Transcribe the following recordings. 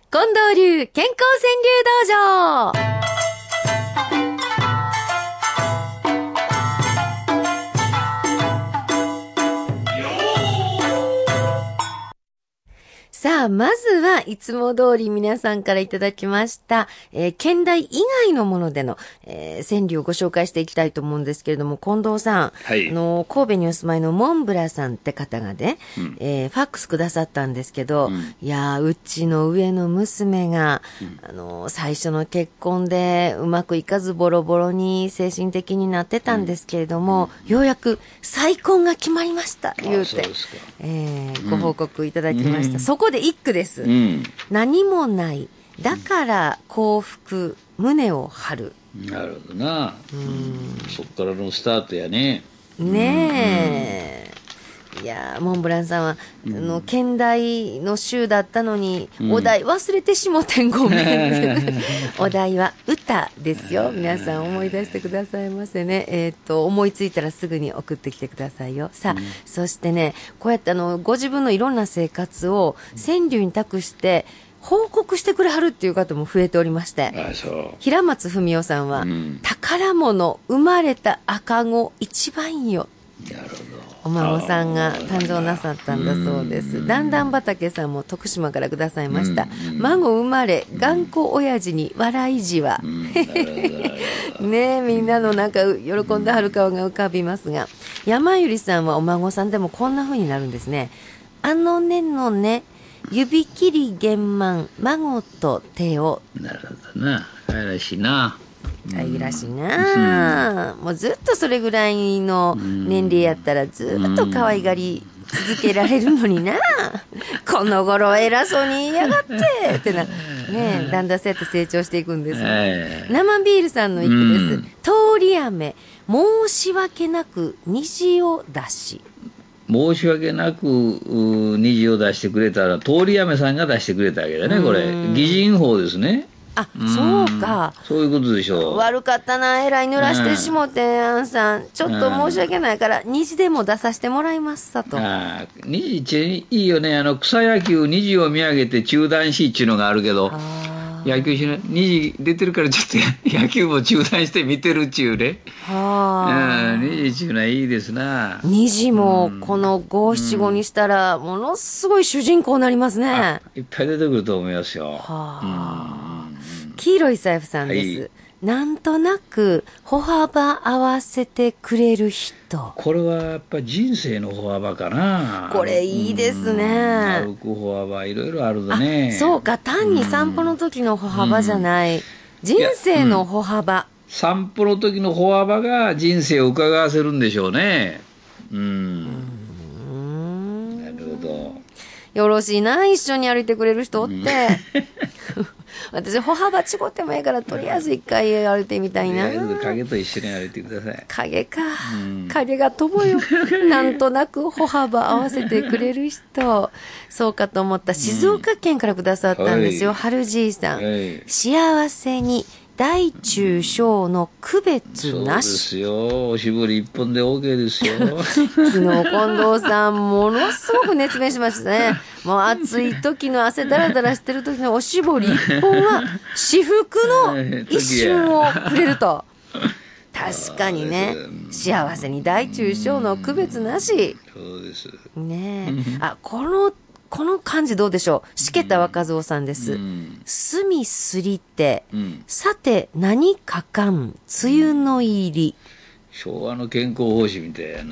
近藤流健康川柳道場。さあ、まずはいつも通り皆さんからいただきました、県大以外のものでの、川柳をご紹介していきたいと思うんですけれども、近藤さん、 はい、 神戸にお住まいのモンブラさんって方がね、ファックスくださったんですけど、いやー、うちの上の娘が、最初の結婚でうまくいかずボロボロに精神的になってたんですけれども、ようやく再婚が決まりました、言うて、ご報告いただきました。そこで一句です、何もないだから幸福胸を張る。 なるほどな。そっからのスタートやね。 ねえ、いやモンブランさんは県大の州だったのに、お題忘れてしもてんごめんお題は歌ですよ。皆さん思い出してくださいませね。思いついたらすぐに送ってきてくださいよ。さあ、そしてね、こうやってご自分のいろんな生活を川柳に託して報告してくれはるっていう方も増えておりまして、平松文夫さんは、宝物生まれた赤子一番よ。 なるほど。 お孫さんが誕生なさったんだそうです。だんだん畑さんも徳島からくださいました。孫生まれ頑固親父に笑いじわ。ねえ、みんなのなんか喜んではる顔が浮かびますが、山ゆりさんはお孫さんでもこんな風になるんですね。のね指切り玄満孫と手を。 なるほどな。可愛らしいな。 可愛らしいな、もうずっとそれぐらいの年齢やったらずっと可愛がり続けられるのになこの頃偉そうに言いやがってってな、ね、だんだんそうやって成長していくんですね。生ビールさんの一句です。通り雨申し訳なく虹を出し。 申し訳なく虹を出してくれたら通り雨さんが出してくれたわけだね。これ擬人法ですね。 あ、そうか。 そういうことでしょう。 悪かったな、えらい濡らしてしもて、アンさん。ちょっと申し訳ないから、虹でも出させてもらいますさと。 虹っていいよね。草野球、虹を見上げて中断しっていうのがあるけど、野球しない。虹出てるからちょっと野球も中断して見てるっちゅうね。虹っていうのはいいですな。 虹もこの五七五にしたら、ものすごい主人公になりますね。 いっぱい出てくると思いますよ。 黄色い財布さんです。なんとなく歩幅合わせてくれる人。 これはやっぱ人生の歩幅かな。 これいいですね。 歩く歩幅いろいろあるぞね。 そうか、単に散歩の時の歩幅じゃない、人生の歩幅。 散歩の時の歩幅が人生を伺わせるんでしょうね。なるほど。 よろしいな、一緒に歩いてくれる人って私歩幅違ってもいいから、とりあえず一回歩いてみたいな。 影と一緒に歩いてください。 影か、影が友よなんとなく歩幅合わせてくれる人、そうかと思った。静岡県からくださったんですよ、春じいさん。幸せに大中小の区別なし。 そうですよ。おしぼり一本で OK ですよ。 昨日近藤さんものすごく熱弁しましたね。もう暑い時の汗だらだらしてる時のおしぼり一本は至福の一瞬をくれると。確かにね、幸せに大中小の区別なし。 そうですねえ。この漢字どうでしょう。しけた若造さんです。すみすりて、さて何かかん梅雨の入り。 昭和の健康方針みたいや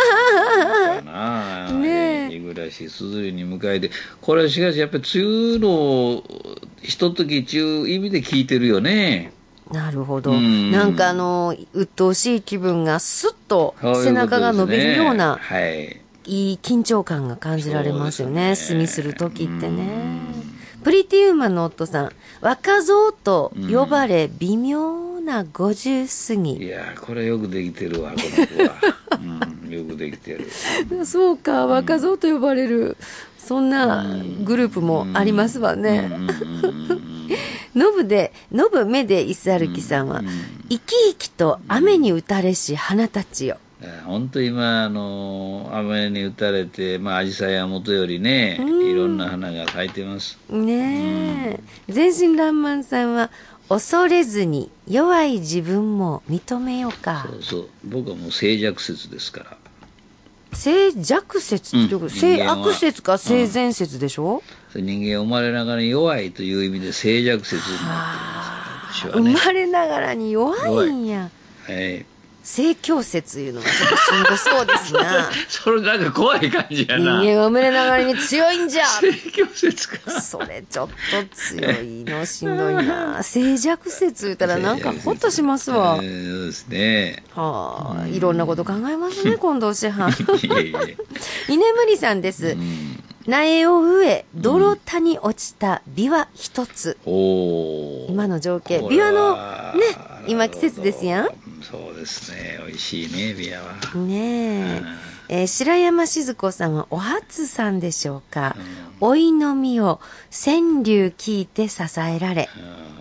な。ねえ。日暮らしすずりに迎えて、これしかしやっぱり梅雨のひとときちゅう意味で聞いてるよね。 なるほど。なんか鬱陶しい気分がスッと背中が伸びるような。いい緊張感が感じられますよね。墨するときってね。プリティウーマンの夫さん、若造と呼ばれ微妙な50過ぎ。 いやこれよくできてるわ、この子は。よくできてる。 そうか、若造と呼ばれるそんなグループもありますわね。ノブ目でいす歩きさんは、生き生きと雨に打たれし花たちよ。 本当今雨に打たれて、アジサイはもとよりね、いろんな花が咲いてますねねえ。全身爛漫さんは、恐れずに弱い自分も認めようか。 そうそう。僕はもう静寂説ですから。 静寂説ってどういうこと、性悪説か性善説でしょ、 人間生まれながらに弱いという意味で静寂説になってますから、私はね。 生まれながらに弱いんや。 はい。 性強説いうのがちょっとしんどそうですな。 それなんか怖い感じやな。 人間は生まれながらに強いんじゃ。 静強説か。 それちょっと強いのしんどいな。静寂説言ったらなんかほっとしますわ。 そうですね。 はあ、いろんなこと考えますね、近藤師範。 いえいえ。 居眠りさんです。苗を植え、泥田に落ちた琵琶一つ。今の情景。琵琶の、ね、今季節ですやん。 そうですね。美味しいね、琵琶は。 ねえ。白山静子さんはお初さんでしょうか。お祈みを川柳聞いて支えられ。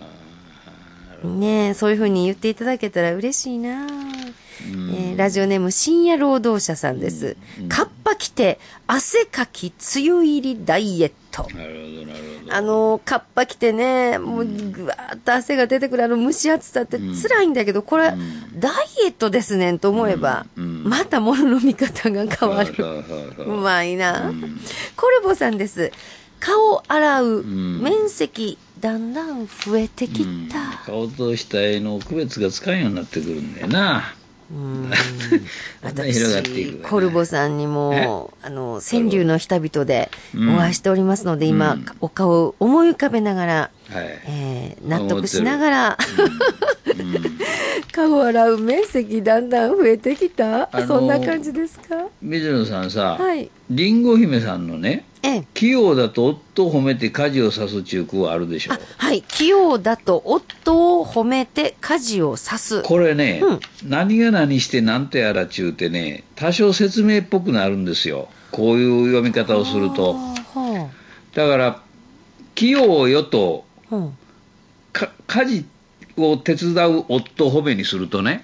ねえ、そういうふうに言っていただけたら嬉しいな。ラジオネーム深夜労働者さんです。カッパ着て汗かき梅雨入りダイエット。 なるほどなるほど。 カッパ着てね、もうぐわーっと汗が出てくる蒸し暑さって辛いんだけど、これ、ダイエットですねんと思えば、また物の見方が変わる。うまいな。コルボさんです。顔洗う面積だんだん増えてきた。 顔と額の区別がつかんようになってくるんだよな。 私、コルボさんにも、川柳の人々でお会いしておりますので、今、お顔を思い浮かべながら、納得しながら、顔を洗う面積だんだん増えてきた、そんな感じですか。 水野さんさ、りんご姫さんのね、器用だと夫を褒めて家事をさす中句はあるでしょう。 はい。器用だと夫を褒めて家事をさす。 これね、何が何して何とやらちゅうてね、多少説明っぽくなるんですよ。こういう読み方をすると。だから、器用よと、家事を手伝う夫を褒めにするとね、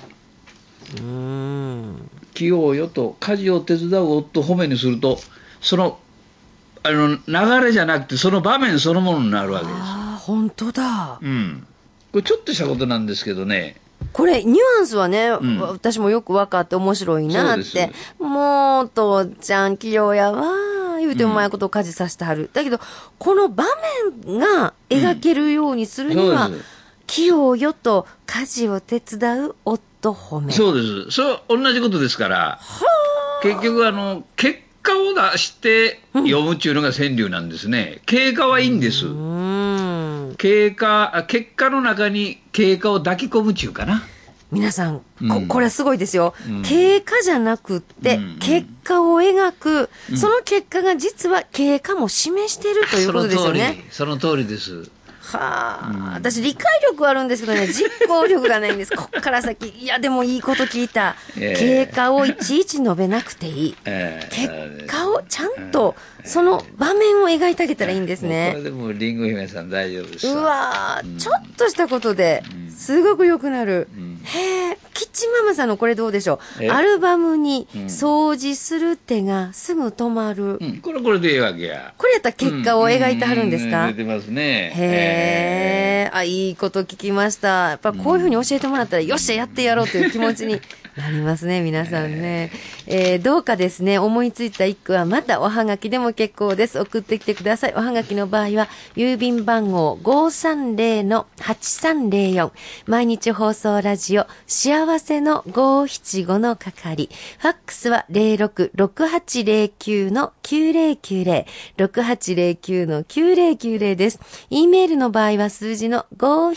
器用よと家事を手伝う夫を褒めにすると、その流れじゃなくてその場面そのものになるわけです。 本当だ。 これちょっとしたことなんですけどね。 これニュアンスはね、私もよく分かって面白いなって。もう父ちゃん器用やわ言うてうまいことを家事させてはる。だけどこの場面が描けるようにするには、器用よと家事を手伝う夫褒め。 そうです。それ同じことですから。結局結果を出して読むっていうのが川柳なんですね。経過はいいんです。結果の中に経過を抱き込むっちゅうかな。 皆さん、これすごいですよ。経過じゃなくって、結果を描く、その結果が実は経過も示しているということですよね。 その通りです。 私理解力あるんですけどね、実行力がないんです。こっから先。いや、でもいいこと聞いた。経過をいちいち述べなくていい。結果をちゃんと、その場面を描いてあげたらいいんですね。 これでもりんご姫さん大丈夫です。 うわー、ちょっとしたことで、すごく良くなる。へー、キッチンママさんのこれどうでしょう。アルバムに掃除する手がすぐ止まる。 これでいいわけや。 これやったら結果を描いてはるんですか。 出てますね。 へー、いいこと聞きました。やっぱこういうふうに教えてもらったら、よっしゃやってやろうという気持ちになりますね、皆さんね。どうかですね、思いついた一句はまたおはがきでも結構です。送ってきてください。おはがきの場合は、郵便番号 530-8304。毎日放送ラジオ、幸せの575の係。ファックスは 066809-9090。6809-9090です。E メールの場合は数字の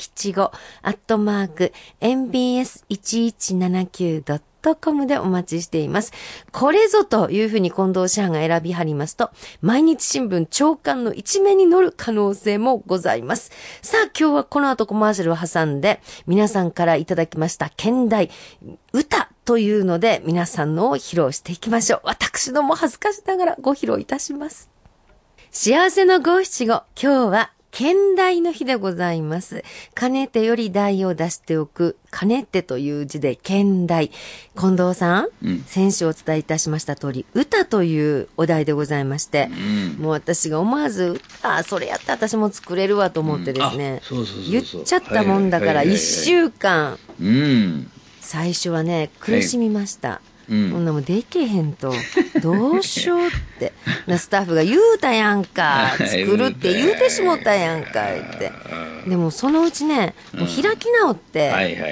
575-mbs1179.com でお待ちしています。これぞというふうに近藤師範が選びはりますと、毎日新聞朝刊の一面に載る可能性もございます。さあ今日はこの後コマーシャルを挟んで、皆さんからいただきました兼題、歌というので皆さんのを披露していきましょう。私ども恥ずかしながらご披露いたします。幸せの575、今日は兼題の日でございます。かねてより題を出しておく、かねてという字で兼題。近藤さん、先週お伝えいたしました通り、歌というお題でございまして、もう私が思わず、それやったら私も作れるわと思ってですね、言っちゃったもんだから1週間、最初はね、苦しみました。そんなもんでけへんと、どうしようって。スタッフが言うたやんか、作るって言うてしもたやんか、って。でもそのうちね、もう開き直って、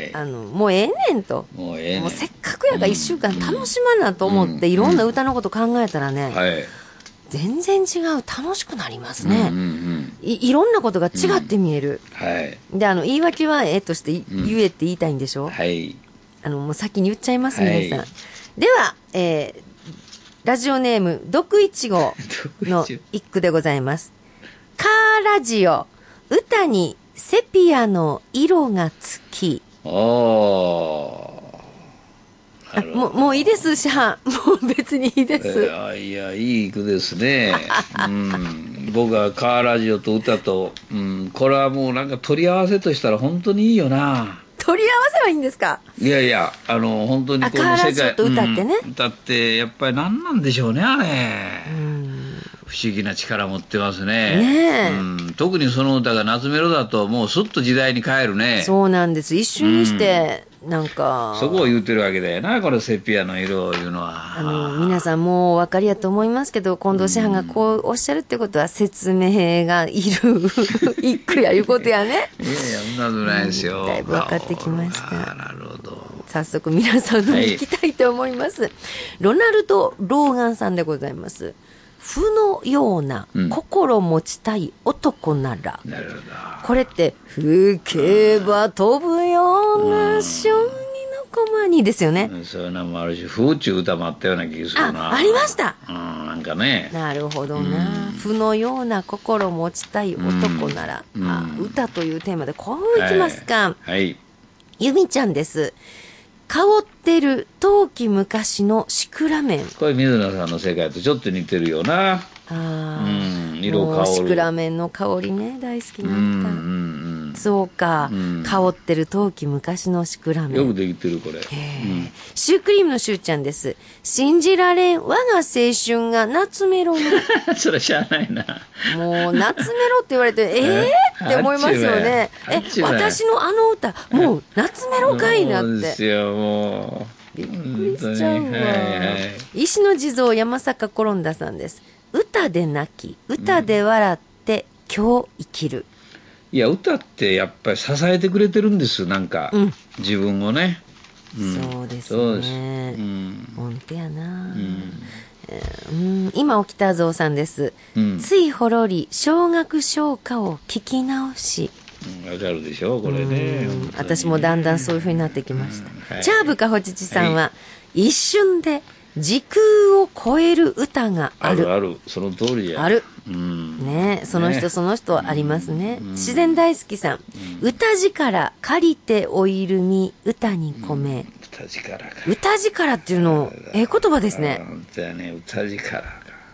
もうええねんと。もうせっかくやから1週間楽しまなと思って、いろんな歌のこと考えたらね、全然違う、楽しくなりますね。いろんなことが違って見える。で、言い訳はとして言えって言いたいんでしょ。もう先に言っちゃいます、皆さん。では、ラジオネーム、毒いちごの一句でございます。カーラジオ、歌にセピアの色がつき。もういいです、シャン。もう別にいいです。 いや、いい句ですね。僕はカーラジオと歌と、これはもうなんか取り合わせとしたら本当にいいよな。 取り合わせはいいんですか？ いやいや、本当にこの世界、 と歌ってね、 歌ってやっぱり何なんでしょうね、あれ。不思議な力持ってますね。特にその歌が夏メロだともうすっと時代に帰るね。 そうなんです。一瞬にして、なんかそこを言ってるわけだよな、これセピアの色をいうのは。 皆さんもうお分かりやと思いますけど、近藤師範がこうおっしゃるってことは説明がいる一句やいうことやね。 いやいや、そんなことないですよ。 だいぶ分かってきました。 なるほど。 早速皆さんのに行きたいと思います。ロナルド・ローガンさんでございます。負のような心持ちたい男なら、 なるほど。 これって吹けば飛ぶような小児の駒にですよね。 そういうのもあるし、風中歌もあったような気がするな。 ありました。 なんかね。 なるほどな。負のような心持ちたい男なら、歌というテーマでこういきますか。ゆみちゃんです。香ってる陶器昔のシクラメン。 これ水野さんの世界とちょっと似てるよな。色香る。 シクラメンの香りね、大好きな歌。そうか、香ってる陶器昔のシクラメン。 よくできてるこれ。 シュークリームのシューちゃんです。信じられん我が青春が夏メロに。 それしゃあないな。 もう夏メロって言われてって思いますよね。私のあの歌もう夏メロかいなって。 そうですよ、もうびっくりしちゃうわ。石の地蔵山坂コロンダさんです。歌で泣き、歌で笑って今日生きる。 いや、歌ってやっぱり支えてくれてるんです、なんか、自分をね。 そうですね。本当やな。今起きたぞうさんです。ついほろり小学唱歌を聞き直し。 わかるでしょこれね。 私もだんだんそういう風になってきました。チャーブかほちちさんは、一瞬で時空を超える歌がある。 ある、その通りや。 ある。ね、その人その人ありますね。自然大好きさん、歌力借りておいるみ歌に込め。 歌力か。 歌力っていうの言葉ですね。 本当やね、歌力か。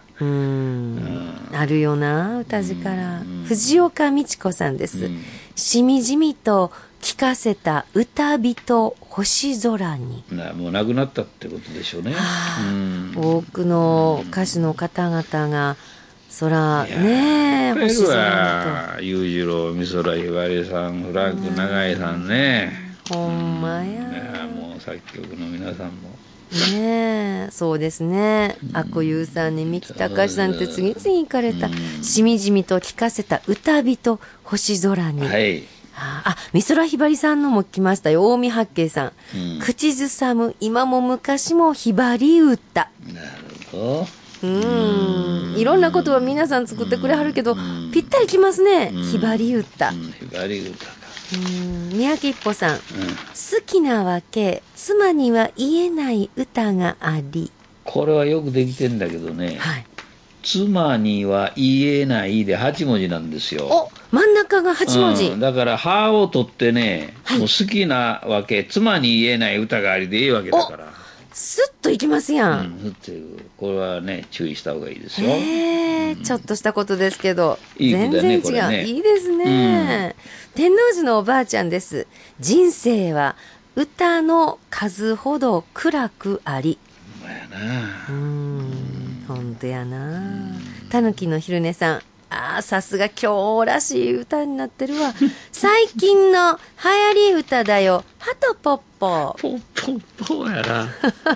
あるよな、歌力。藤岡美智子さんです。しみじみと聞かせた歌人星空に。 もう亡くなったってことでしょうね。 多くの歌手の方々が空ね、星空と。裕次郎、美空ひばりさん、フランク永井さんね。 ほんまや。 もう作曲の皆さんも。 ねえ、そうですね。阿久悠さんに三木隆さんって次々行かれた、しみじみと聞かせた歌人星空に。美空ひばりさんのも来ましたよ。近江八景さん。口ずさむ今も昔もひばり歌。 なるほど。 いろんな言葉皆さん作ってくれはるけど、ぴったりきますね。ひばり歌。 ひばり歌か。 三宅一歩さん、好きなわけ妻には言えない歌があり。 これはよくできてんだけどね、妻には言えないで8文字なんですよ。 真ん中が8文字、 だから歯を取ってね、もう好きなわけ妻に言えない歌がありでいいわけだから。 スッといきますやん。 ふっていう。これはね、注意した方がいいですよ。 ちょっとしたことですけど、 いい子だね全然違う。 これねいいですね。天王寺のおばあちゃんです。人生は歌の数ほど暗くあり。 ほんまやな。 本当やな。たぬきの昼寝さん。ああ、さすが今日らしい歌になってるわ。最近の流行り歌だよ。ハトポッポ。 ポッポッポやな。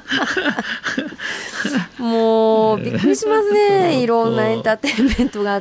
もう、びっくりしますね。いろんなエンターテインメントがあって。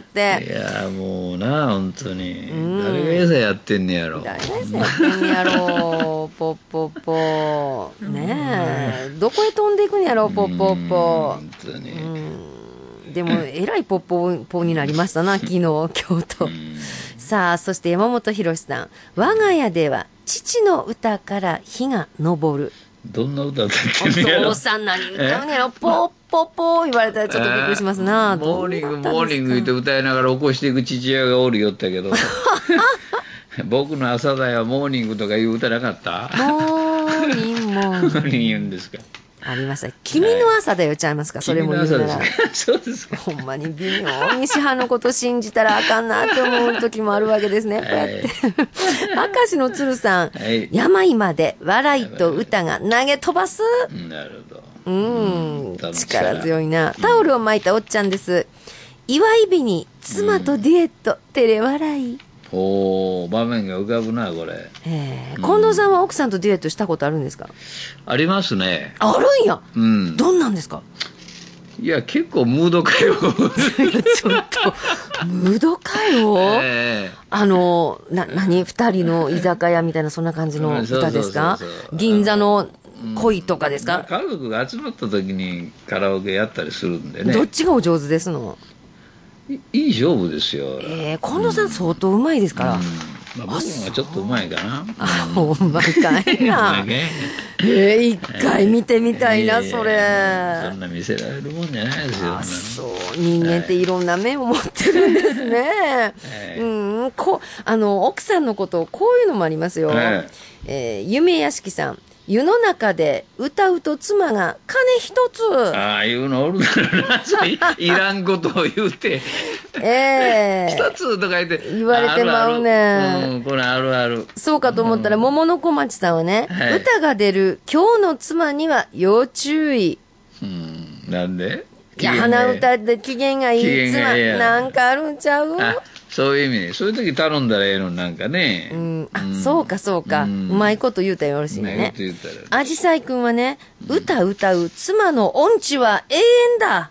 いやもうな、本当に。誰が餌やってんねやろ。 誰が餌やってんねやろ。ポッポッポ。ねえ。どこへ飛んでいくんやろ、ポッポッポ。 本当に。 でも、えらいポッポッポになりましたな、昨日、今日と。さあ、そして山本博さん。我が家では、父の歌から日が昇る。 どんな歌歌ってんねやろ。 お父さん何歌うんやろ、ポッポッポ言われたらちょっとびっくりしますな。 モーニング、モーニングって歌いながら起こしていく父親がおるよったけど。僕の朝だよ、モーニングとかいう歌なかった？ モーニング、モーニング。 モーニング言うんですか。 ありました。君の朝だよちゃいますか、それも言うなら。 そうですか。 ほんまに微妙に師範のこと信じたらあかんなって思う時もあるわけですね。こうやって。明石の鶴さん、病まで笑いと歌が投げ飛ばす。 なるほど。 力強いな。タオルを巻いたおっちゃんです。祝い日に妻とデュエット、照れ笑い。 おー、場面が浮かぶな、これ。 近藤さんは奥さんとデュエットしたことあるんですか？ ありますね。 あるんや。どんなんですか？ いや、結構ムード歌謡。 ちょっと、ムード歌謡？二人の居酒屋みたいな、そんな感じの歌ですか？銀座の恋とかですか？ 家族が集まった時にカラオケやったりするんでね。 どっちがお上手ですの？ いい勝負ですよ。 近藤さん相当うまいですから。 僕のがちょっとうまいかな。 ほんまかいな。一回見てみたいな、それ。 そんな見せられるもんじゃないですよ。 そう。人間っていろんな面を持ってるんですね。奥さんのことをこういうのもありますよ。夢屋敷さん。湯の中で歌うと妻が金一つ。 ああいうのおるだろうな。いらんことを言うて。一つとか言って。 言われてまうね。 これあるある。 そうかと思ったら、桃の小町さんはね、歌が出る今日の妻には要注意。 なんで？ いや、鼻歌で機嫌がいい妻、なんかあるんちゃう？ そういう意味で、そういう時頼んだらええのなんかね。 そうかそうか。うまいこと言うたらよろしいね。あじさいくんはね、歌歌う妻の音痴は永遠だ。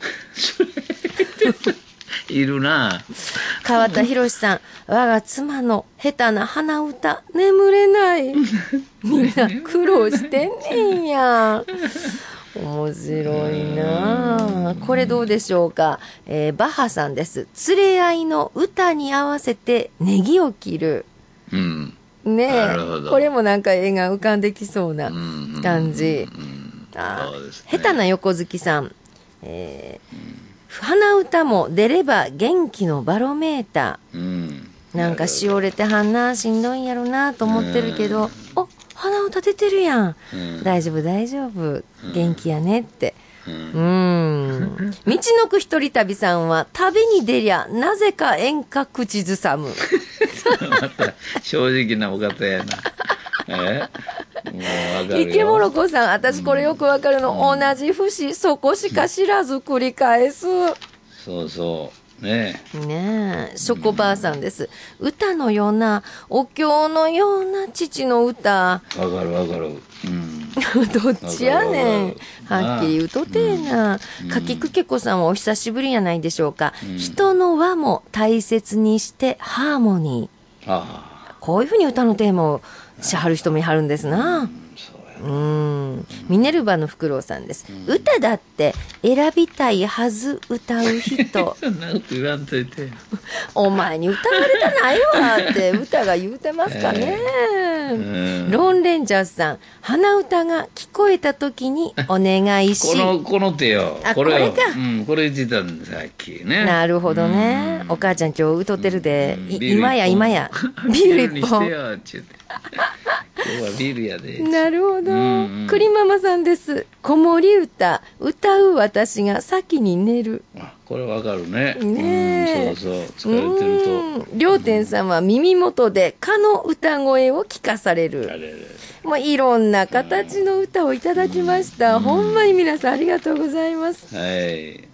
いるな。 川田博さん、我が妻の下手な鼻歌、眠れない。みんな苦労してんねんや。面白いなあ。これどうでしょうか。バッハさんです。連れ合いの歌に合わせてネギを切る。ねえ、これもなんか絵が浮かんできそうな感じ。下手な横好きさん。鼻歌も出れば元気のバロメーター。なんかしおれてはんな、しんどいんやろなと思ってるけど、鼻歌出てるやん。大丈夫、大丈夫。元気やねって。道のく一人旅さんは、旅に出りゃ、なぜか演歌口ずさむ。 また、正直なお方やな。 池もろこさん、私これよくわかるの。同じ節、そこしか知らず繰り返す。 そうそう。ねえ、ショコばあさんです。歌のような、お経のような父の歌。 わかるわかる。 どっちやねん。はっきり言うとてえな。かきくけこさんはお久しぶりやないでしょうか。人の輪も大切にしてハーモニー。こういうふうに歌のテーマをしはる人もいはるんですな。ミネルヴァのフクロウさんです。歌だって選びたいはず歌う人。 そんなこと言わんといて。 お前に歌われたないわって歌が言うてますかね。ローンレンジャーズさん、鼻歌が聞こえた時にお願いし。 この手よ。 これか。 これ言ってたんだ、さっきね。 なるほどね。お母ちゃん今日歌ってるで、今や。ビール一本。 今日はビールやで。 なるほど。栗ママさんです。子守歌、歌う私が先に寝る。 あ、これわかるね。 ねえ。 そうそう。疲れてると。 りょうてんさんは耳元で蚊の歌声を聞かされる。もういろんな形の歌をいただきました。ほんまに皆さんありがとうございます。 はい。